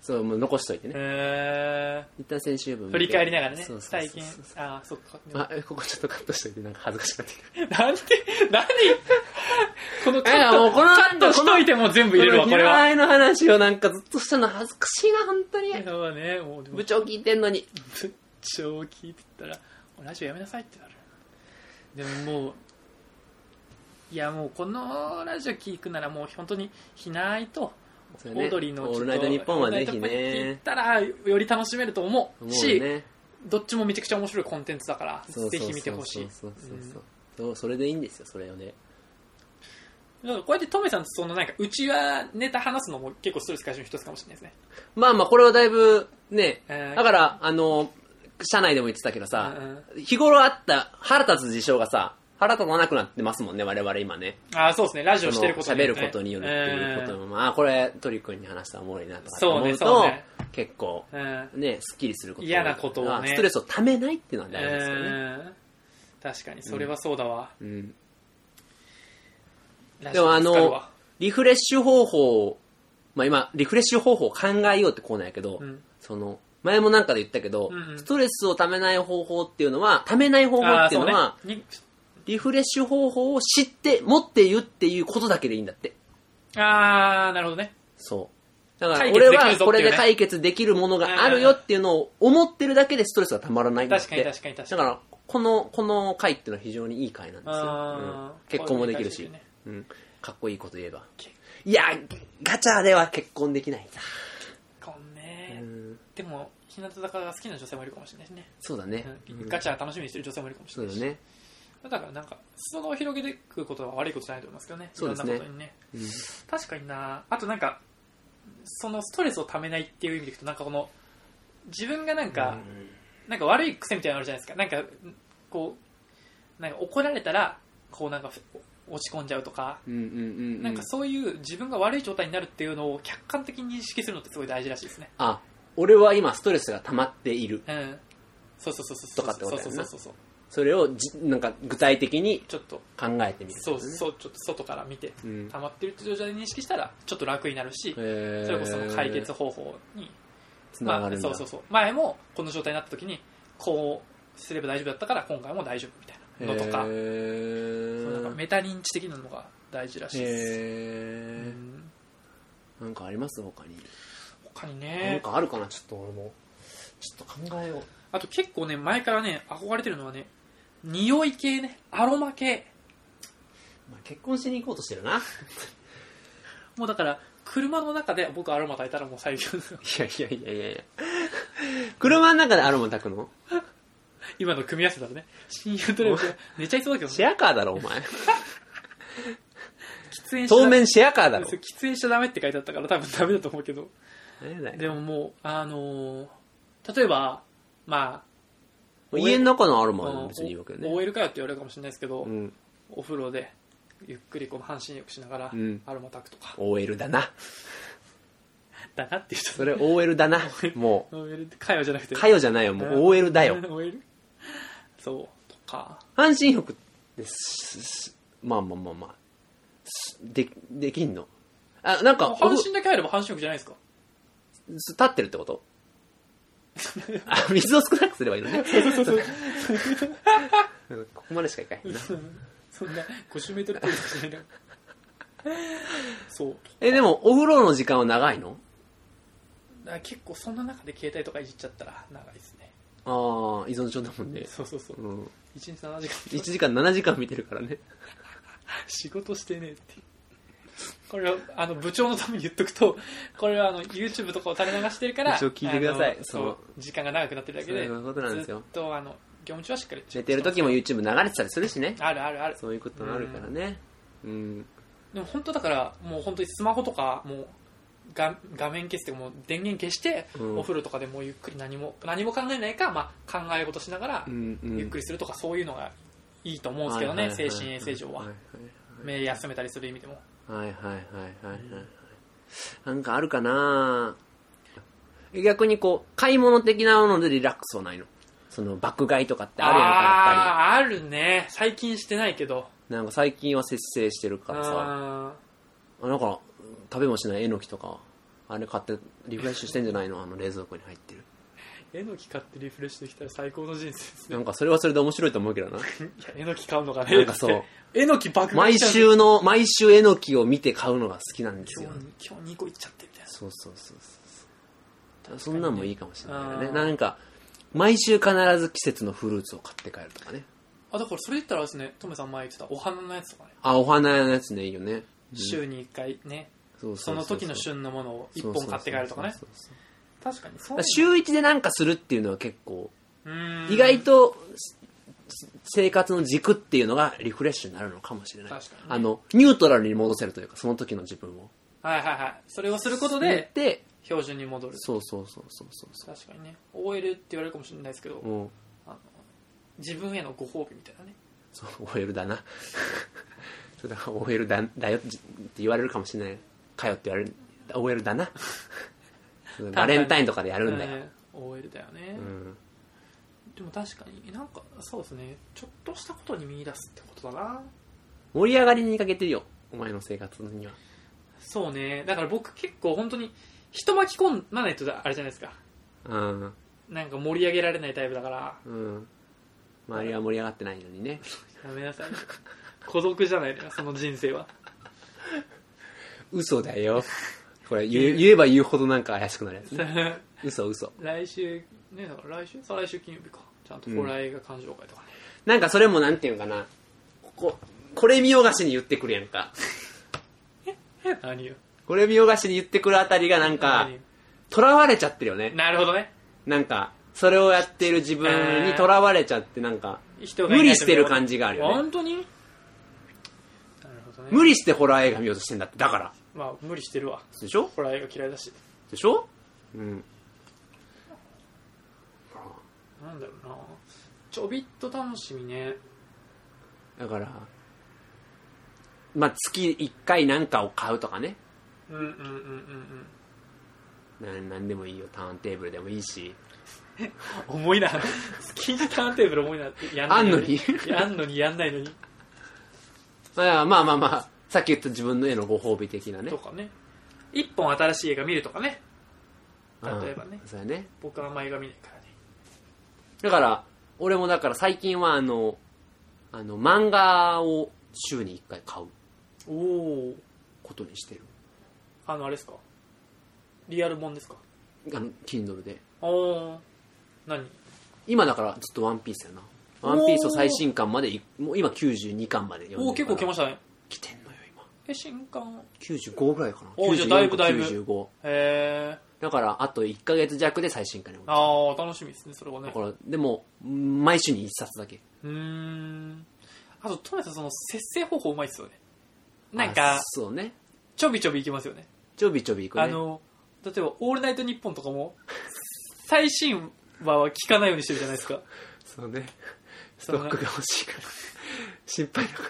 そう、もう残しといてね。一旦先週分振り返りながらね。 そう最近。あ、そっか。 ここちょっとカットしといて、なんか恥ずかしくなってきた。何このカットしといても全部入れるわ、これは。 平井の話をなんかずっとしたの恥ずかしいな、本当に。 そうね、もう部長聞いてんのに。 部長聞いてたら、ラジオやめなさいってなる。でももう、いやもうこのラジオ聞くならもう本当にひないと、オードリーのオールナイトニッポンはぜひね行ったらより楽しめると思うし、ね、どっちもめちゃくちゃ面白いコンテンツだからぜひ見てほしい。 それでいいんですよ、それをね。 だからこうやってトメさんとそのなんか内輪ネタ話すのも結構ストレス解消の一つかもしれないですね。 まあまあこれはだいぶね、だから社内でも言ってたけどさ、日頃あった腹立つ事象がさ、腹立たなくなってますもんね、我々今ね。 そうですね、ラジオしてることによる、喋ることによるっていうことも、まあこれトリ君に話したらおもろいなとか思うと、結構ね、スッキリすること、 嫌なことをね、 ストレスをためないっていうのは大事ですよね。 確かにそれはそうだわ。 でもリフレッシュ方法、まあ今リフレッシュ方法を考えようってコーナーやけど、その前もなんかで言ったけど、ストレスをためない方法っていうのは、リフレッシュ方法を知って持っているっていうことだけでいいんだって。 なるほどね。 そう。だから俺はこれで解決できるものがあるよっていうのを思ってるだけでストレスがたまらないんだって。 確かに。だからこの回っていうのは非常にいい回なんですよ。結婚もできるし、かっこいいこと言えば。いや、ガチャでは結婚できないんだ。結婚ね。でも日向坂が好きな女性もいるかもしれないしね。 そうだね。 ガチャ楽しみにしてる女性もいるかもしれないし。 そうだね。 だからなんか裾野を広げていくことは悪いことじゃないと思いますけどね。 そうですね。 いろんなことにね。確かにな。あとなんかそのストレスをためないっていう意味でいくと、なんかこの自分がなんか悪い癖みたいなのあるじゃないですか。なんかこうなんか怒られたらこうなんか落ち込んじゃうとか、なんかそういう自分が悪い状態になるっていうのを客観的に認識するのってすごい大事らしいですね。 俺は今ストレスが溜まっている。 そうとかってことだよな。 そう。 それをなんか具体的にちょっと考えてみる、 そうちょっと外から見て、溜まってるって状態で認識したらちょっと楽になるし、それこその解決方法につながるんだ。 そう前もこの状態になった時にこうすれば大丈夫だったから今回も大丈夫みたいなのとか、そうなんかメタ認知的なのが大事らしいです。 なんかあります他にね。 なんかあるかな。ちょっと俺もちょっと考えよう。 あと結構ね、前からね憧れてるのはね、匂い系ね、アロマ系。 結婚しに行こうとしてるな。 もうだから車の中で僕アロマ焚いたらもう最強ですよ。 いや車の中でアロマ焚くの？ 今の組み合わせだとね、親友と寝ちゃいそうだけど、ね、 シェアカーだろお前。 喫煙当面シェアカーだろ。 喫煙しちゃダメって書いてあったから多分ダメだと思うけど。でももう例えばまあ家の中のアロマは別にいいわけね。 OL かよって言われるかもしれないですけど、お風呂でゆっくりこの半身浴しながらアロマ焚くとか。 OL だな。 だなっていう人。 それ OL だな。もう OL ってかよじゃなくて。 かよじゃないよ、もう OL だよ。 OL？ そうとか。 半身浴です。まあできんの？なんか半身だけ入れば半身浴じゃないですか。 立ってるってこと？水を少なくすればいいのね。そうここまでしかいかへんな。 そんな50メートルプールとかじゃないな。そう。 でもお風呂の時間は長いの？ 結構そんな中で携帯とかいじっちゃったら長いですね。 依存症だもんね。 そう、1日7時間 1時間7時間見てるからね。 仕事してねえっていう。これは部長のために言っとくと、これはYouTube とかを垂れ流してるから、 部長聞いてください。 そう時間が長くなってるだけで、 そういうことなんですよ。 ずっと業務中はしっかり寝てる時も YouTube 流れてたりするしね。 ある。 そういうことがあるからね。 でも本当だからもう本当にスマホとかもう画面消してもう電源消して、お風呂とかでもうゆっくり何も考えないか、考え事しながらゆっくりするとか、そういうのがいいと思うんですけどね、精神衛生上は。目休めたりする意味でも。 なんかあるかな。逆にこう買い物的なものでリラックスはないの？その爆買いとかってあるやんか、やっぱり。あるね。最近してないけど。 なんか最近は節制してるからさ。なんか食べもしないえのきとかあれ買ってリフレッシュしてんじゃないの、あの冷蔵庫に入ってる。 えのき買ってリフレッシュできたら最高の人生ですね。 なんかそれはそれで面白いと思うけどな。いや、 えのき買うのがね。 なんかそう。 えのき爆買いしちゃう。毎週えのきを見て買うのが好きなんですよ。 今日2個いっちゃってみたいな。 そう。そんなんもいいかもしれないよね。なんか、毎週必ず季節のフルーツを買って帰るとかね。 だからそれ言ったらですね、トメさん前言ってたお花のやつとかね。 お花のやつね、いいよね。 週に1回ね。その時の旬のものを1本買って帰るとかね。確かにそう。 週1でなんかするっていうのは結構、意外と生活の軸っていうのがリフレッシュになるのかもしれない。確かに、ね、ニュートラルに戻せるというか、その時の自分を。 それをすることで、標準に戻る。そう。確かにね。OL って言われるかもしれないですけど、自分へのご褒美みたいなね。 そう、OL だな。それは OL だよって言われるかもしれない。かよって言われる。OL だな。バレンタインとかでやるんだよ。 OL だよね。でも確かになんかそうですね、ちょっとしたことに見出すってことだな。 盛り上がりにかけてるよ、お前の生活には。 そうね、だから僕結構本当に人巻き込まないとあれじゃないですか。なんか盛り上げられないタイプだから。 周りは盛り上がってないのにね。 やめなさい。孤独じゃないのよ、その人生は。 嘘だよ。これ言えば言うほどなんか怪しくなるやつね。嘘。 来週ね、だから再来週金曜日か。ちゃんとホラー映画鑑賞会とかね。 なんかそれもなんていうのかな。これ見よがしに言ってくるやんか。 何よ。 これ見よがしに言ってくるあたりがなんか、囚われちゃってるよね。 なるほどね。 なんか、それをやっている自分に囚われちゃってなんか、無理してる感じがあるよね。 本当に？なるほどね。無理してホラー映画見ようとしてんだって、だから。 まあ、無理してるわ。 でしょ？ ホラー映画嫌いだし。 でしょ？ なんだろうな、ちょびっと楽しみね。 だからまあ月1回なんかを買うとかね。なんでもいいよ、ターンテーブルでもいいし。 重いな、月1ターンテーブル重いなってやんないのにやんのにやんないのに。 まあさっき言った自分の絵のご褒美的なね。 とかね、一本新しい映画見るとかね。例えばね。 そうやね。 僕はあんま映画見ないからね。 だから俺もだから最近は漫画を週に1回買うことにしてる。 あれですか、リアル本ですか ？Kindle で。 何？ 今だからずっとワンピースやな。ワンピースを最新刊までもう今92巻まで読んでるから。 結構来ましたね。 来てんのよ今。 新刊 95ぐらいかな。 じゃあだいぶ 95。 だからあと1ヶ月弱で最新刊に。 楽しみですね、それはね。 だからでも毎週に1冊だけ。 あとトメさん、その節制方法うまいっすよね。なんかそうね、 ちょびちょびいきますよね。 ちょびちょびいくね。例えばオールナイトニッポンとかも最新話は聞かないようにしてるじゃないですか。 そうね、ストックが欲しいから心配だから。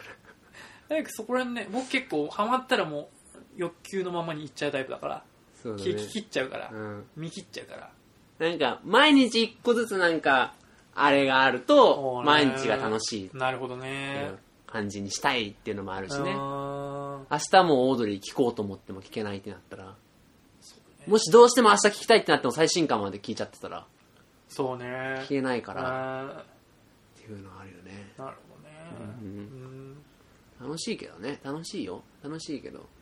なんかそこら辺ね、僕結構ハマったらもう欲求のままにいっちゃうタイプだから。そうだね、聞き切っちゃうから、見切っちゃうから。 なんか毎日1個ずつなんかあれがあると毎日が楽しい。 なるほどね。 感じにしたいっていうのもあるしね。明日もオードリー聞こうと思っても聞けないってなったら、もしどうしても明日聞きたいってなっても最新刊まで聞いちゃってたら、 そうね、 聞けないからっていうのはあるよね。 なるほどね。 楽しいけどね。楽しいよ。楽しいけど、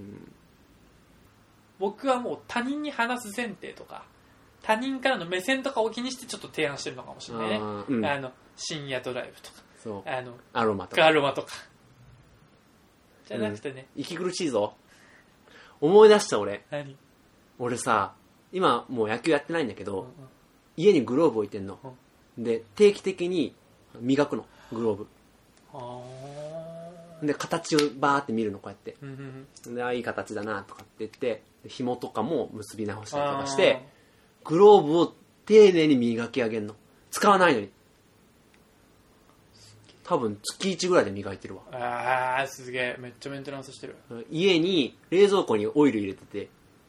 僕はもう他人に話す前提とか他人からの目線とかを気にしてちょっと提案してるのかもしれないね。深夜ドライブとか、 そう、アロマとかじゃなくてね、 息苦しいぞ。思い出した俺。 何？ 俺さ、今もう野球やってないんだけど、家にグローブ置いてんの。で定期的に磨くの、グローブ。で形をバーって見るの、こうやって。でいい形だなとかって言って紐とかも結び直したりとかしてグローブを丁寧に磨き上げるの。使わないのに。多分月1ぐらいで磨いてるわ。 すげえ、めっちゃメンテナンスしてる。 家に冷蔵庫にオイル入れてて、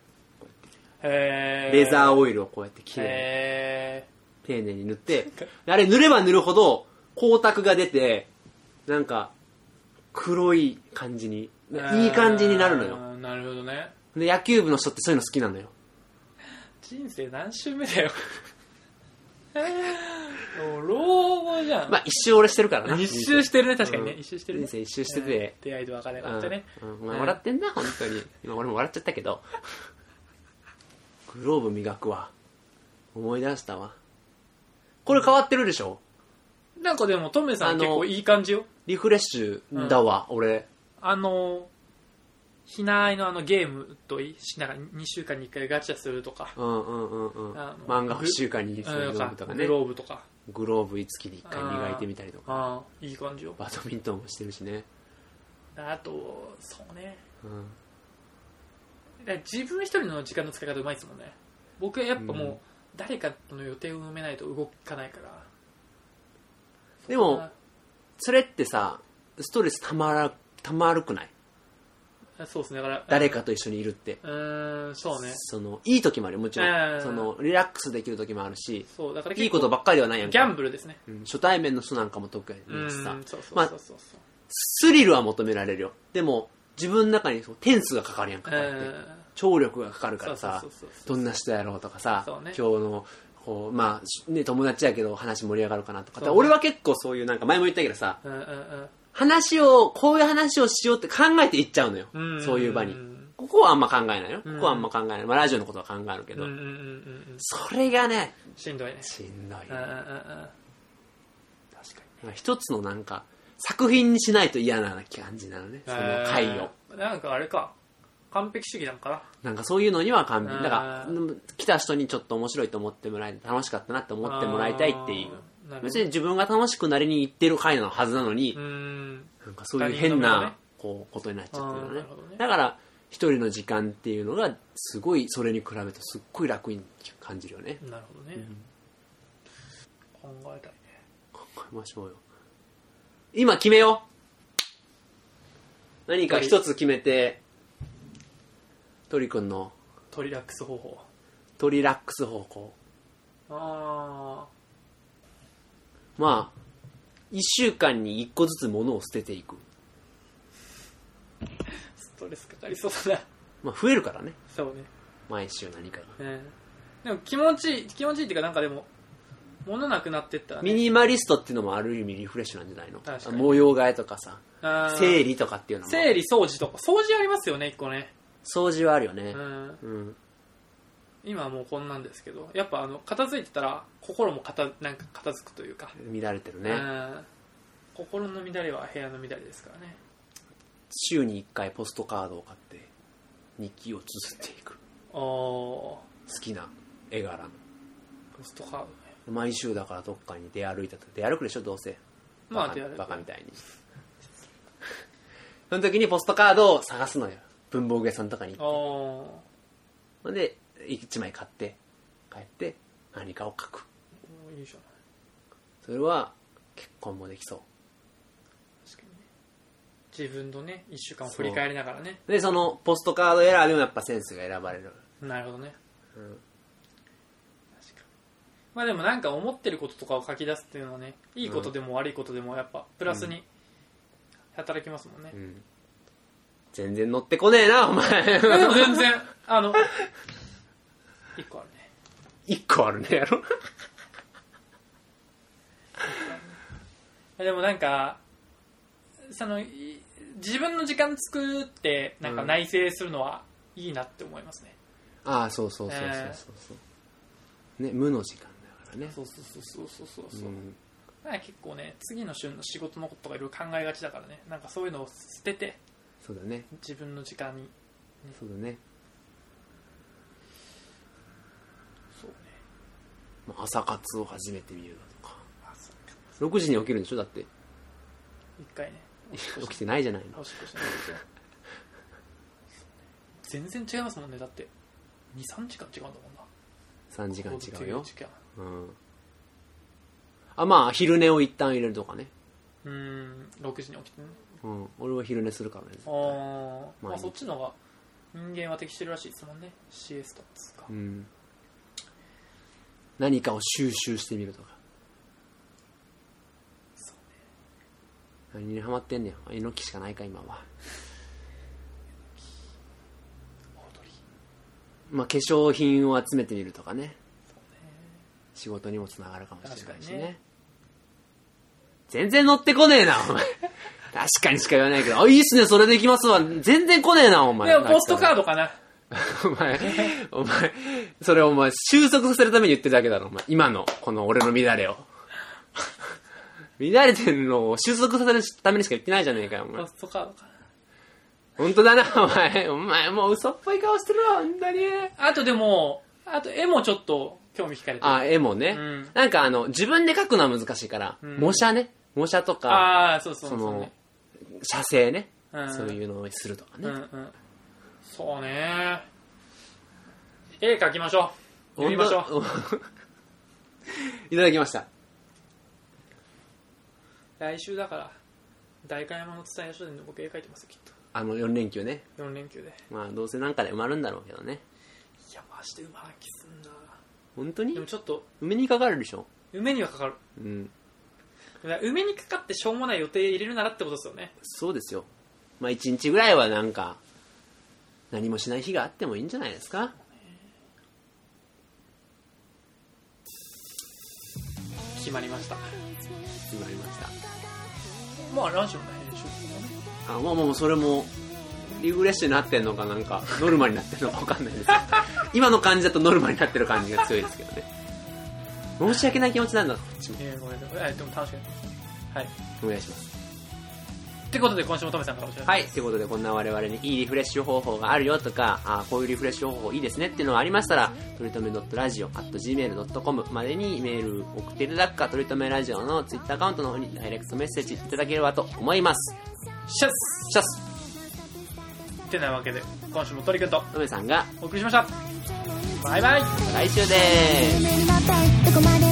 レザーオイルをこうやってきれいに丁寧に塗って、あれ塗れば塗るほど光沢が出て、なんか黒い感じに、いい感じになるのよ。 なるほどね。 で野球部の人ってそういうの好きなのよ。 人生何周目だよもう老後じゃん。 まあ一周俺してるからな。 一周してるね、確かにね、一周してるね。 人生一周してて、 出会いと別れがあってね。 お前笑ってんな、本当に。今俺も笑っちゃったけど。グローブ磨くわ。思い出したわ。これ変わってるでしょ。 なんかでもトメさん結構いい感じよ。 リフレッシュだわ、俺。 ひなあいのゲームとしながら2週間に1回ガチャするとか、 漫画1週間に1回とかね、 グローブとか、 グローブ5月に1回磨いてみたりとか、 いい感じよ。 バドミントンもしてるしね。 あとそうね、自分一人の時間の使い方うまいですもんね。僕はやっぱもう誰かとの予定を埋めないと動かないから。 でもそれってさ、ストレスたまるくない？ そうですね。だから誰かと一緒にいるって、 そうね。 いい時もあるよ、もちろん。リラックスできる時もあるし、 そうだからいいことばっかりではないやんか。 ギャンブルですね。 初対面の人なんかも特にさ、 まあスリルは求められるよ。でも自分の中に点数がかかるやんか、聴力がかかるからさ、どんな人やろうとかさ、今日のまあね、友達やけど話盛り上がるかなとか、俺は結構そういう、なんか前も言ったけどさ、こういう話をしようって考えていっちゃうのよ、そういう場に。ここはあんま考えないよ、ここはあんま考えない。まあラジオのことは考えるけど、それがね、 しんどいね。 しんどいね。確かに一つのなんか作品にしないと嫌な感じなのね、その回を。 なんかあれか、完璧主義なんかな。 なんかそういうのには完璧だから、来た人にちょっと面白いと思ってもらい、楽しかったなって思ってもらいたいっていう。別に自分が楽しくなりに行ってる回のはずなのに、なんかそういう変なことになっちゃってるのね。だから一人の時間っていうのがすごい、それに比べるとすっごい楽に感じるよね。 なるほどね。考えたいね。 考えましょうよ。今決めよう。何か一つ決めて、鳥くんのトリラックス方法。 トリラックス方法。まあ1週間に1個ずつ物を捨てていく。 ストレスかかりそうだな。 まあ増えるからね。 そうね。 毎週何かに。 でも気持ちいいっていうか、なんかでも物なくなってったら、ね、 ミニマリストっていうのもある意味リフレッシュなんじゃないの？ 確かに。 模様替えとかさ、整理とかっていうのも。 整理掃除とか、掃除ありますよね、一個ね。 掃除はあるよね。 今はもうこんなんですけど、やっぱ片付いてたら心もなんか片付くというか、 乱れてるね。 心の乱れは部屋の乱れですからね。 週に1回ポストカードを買って日記を綴っていく。好きな絵柄のポストカードね。 毎週だからどっかに出歩いたと。出歩くでしょ、どうせ。 まあ出歩く。 バカみたいに。その時にポストカードを探すのよ、文房具屋さんとかに行って。ほんで1枚買って帰って何かを書く。 いいじゃない。 それは結婚もできそう。 確かにね。自分のね1週間を振り返りながらね。 でそのポストカード選びもやっぱセンスが選ばれる。 なるほどね。確かに。まあでもなんか思ってることとかを書き出すっていうのはね、いいことでも悪いことでもやっぱプラスに働きますもんね。 全然乗ってこねえなお前。 でも全然1個あるね。 1個あるねやろ。 でもなんか自分の時間作ってなんか内省するのはいいなって思いますね。 そうそうね、無の時間だからね。 そうなんか結構ね、次の週の仕事のこととかいろいろ考えがちだからね、なんかそういうのを捨てて、 そうだね、 自分の時間に、 そうだね。 そうね。 朝活を始めてみるとか。6時に起きるんでしょ、だって。 1回ね。 起きてないじゃないの。 全然違いますもんね。だって2、3時間違うんだもんな。 3時間違うよ。まあ昼寝を一旦入れるとかね。 6時に起きてね。 俺は昼寝するからね。 まあそっちの方が人間は適してるらしいですもんね。シエスタっつうか。 何かを収集してみるとか。そうね。何にハマってんねん。えのきしかないか今は。 踊り。 まあ、化粧品を集めてみるとかね。仕事にもつながるかもしれないしね。全然乗ってこねえな、お前。確かにしか言わないけど、あ、いいっすね、それで行きますわ。全然来ねえな、お前。 でもポストカードかな。 お前、それお前、収束させるために言ってるだけだろ、お前。今の、この俺の乱れを。乱れてるのを収束させるためにしか言ってないじゃねえかよ、お前。 ポストカードかな。 本当だな、お前。お前、もう嘘っぽい顔してるわ、本当に。 あとでも、絵もちょっと興味惹かれてる。 あ、絵もね。なんか自分で描くのは難しいから、模写ね。模写とか、 そうその、写生ね。そういうのをするとかね。 そうね。絵描きましょう。読みましょう。 いただきました。 来週だから、代官山の蔦屋書店で僕絵描いてますよ、きっと。 4連休ね。 4連休で。 まあ、どうせなんかで埋まるんだろうけどね。 いや、マジで埋まらん気すんな。 本当に？ でもちょっと。 梅にかかるでしょ？ 梅にはかかる。うん。梅にかかってしょうもない予定入れるならってことですよね。 そうですよ。まあ、1日ぐらいはなんか、何もしない日があってもいいんじゃないですか？ 決まりました。 決まりました。 まあ、ラジオの編集とかね。 もうそれも、リフレッシュになってんのかなんか、ノルマになってるのか分かんないです。今の感じだとノルマになってる感じが強いですけどね。申し訳ない気持ちなんだ、こっちも。 ごめんなさい。でも楽しかったです。はい。 お願いします。 ってことで今週もトメさんからお知らせ。 はい。ってことでこんな我々にいいリフレッシュ方法があるよとか、こういうリフレッシュ方法いいですねっていうのがありましたら、とりとめ.radio@gmail.com までにメール送っていただくか、とりとめラジオのツイッターアカウントの方にダイレクトメッセージいただければと思います。 シャスシャスってなわけで、今週もトリくんとトメさんがお送りしました。バイバイ。 来週でーす。